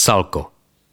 Salko.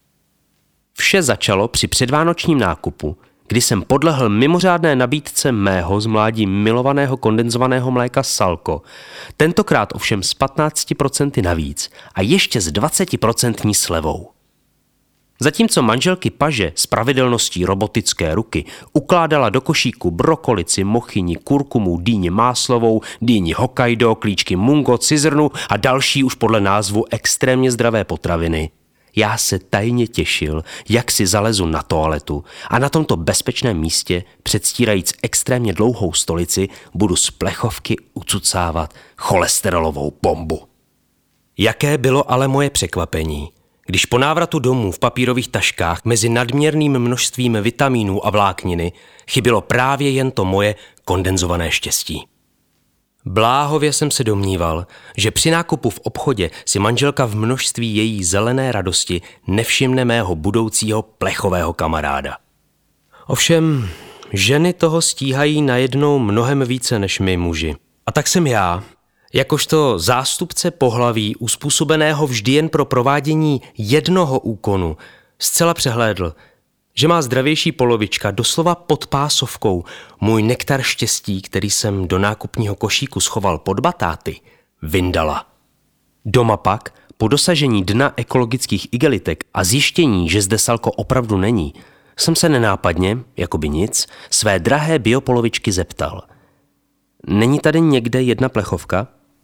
Vše začalo při předvánočním nákupu, kdy jsem podlehl mimořádné nabídce mého z mládí milovaného kondenzovaného mléka Salko, tentokrát ovšem s 15% navíc a ještě s 20% slevou. Zatímco manželky Paže s pravidelností robotické ruky ukládala do košíku brokolici, mochyni, kurkumu, dýni máslovou, dýni Hokkaido, klíčky mungo, cizrnu a další už podle názvu extrémně zdravé potraviny, já se tajně těšil, jak si zalezu na toaletu a na tomto bezpečném místě, předstírajíc extrémně dlouhou stolici, budu z plechovky ucucávat cholesterolovou bombu. Jaké bylo ale moje překvapení, když po návratu domů v papírových taškách mezi nadměrným množstvím vitamínů a vlákniny chybělo právě jen to moje kondenzované štěstí. Bláhově jsem se domníval, že při nákupu v obchodě si manželka v množství její zelené radosti nevšimne mého budoucího plechového kamaráda. Ovšem, ženy toho stíhají najednou mnohem více než my muži. A tak jsem já, jakožto zástupce pohlaví uspůsobeného vždy jen pro provádění jednoho úkonu, zcela přehlédl, že má zdravější polovička doslova pod pásovkou můj nektar štěstí, který jsem do nákupního košíku schoval pod batáty, vyndala. Doma pak, po dosažení dna ekologických igelitek a zjištění, že zde Salko opravdu není, jsem se nenápadně, jakoby nic, své drahé biopolovičky zeptal. Není tady někde jedna plechovka?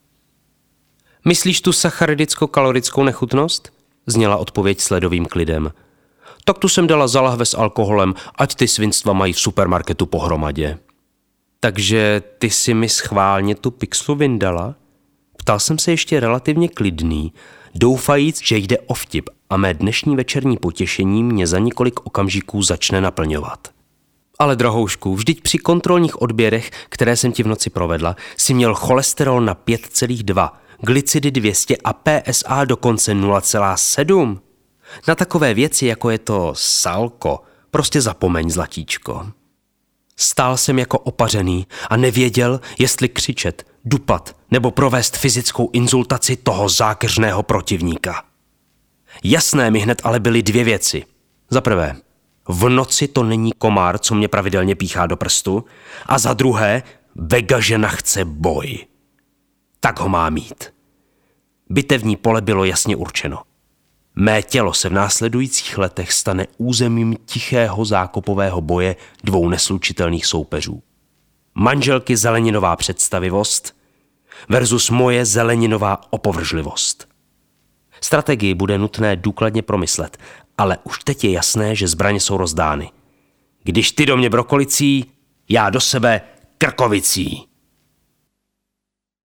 Myslíš tu sacharidicko-kalorickou nechutnost? Zněla odpověď s ledovým klidem. Tak tu jsem dala za lahve s alkoholem, ať ty svinstva mají v supermarketu pohromadě. Takže ty si mi schválně tu pixlu vyndala? Ptal jsem se ještě relativně klidný, doufajíc, že jde o vtip a mé dnešní večerní potěšení mě za několik okamžiků začne naplňovat. Ale drahoušku, vždyť při kontrolních odběrech, které jsem ti v noci provedla, si měl cholesterol na 5,2, glycidy 200 a PSA dokonce 0,7. Na takové věci, jako je to Salko, prostě zapomeň, zlatíčko. Stál jsem jako opařený a nevěděl, jestli křičet, dupat nebo provést fyzickou inzultaci toho zákeřného protivníka. Jasné mi hned ale byly dvě věci. Za prvé, v noci to není komár, co mě pravidelně píchá do prstu, a za druhé, Vega žena chce boj. Tak ho má mít. Bitevní pole bylo jasně určeno. Mé tělo se v následujících letech stane územím tichého zákopového boje dvou neslučitelných soupeřů. Manželky zeleninová představivost versus moje zeleninová opovržlivost. Strategii bude nutné důkladně promyslet, ale už teď je jasné, že zbraně jsou rozdány. Když ty do mě brokolicí, já do sebe krkovicí.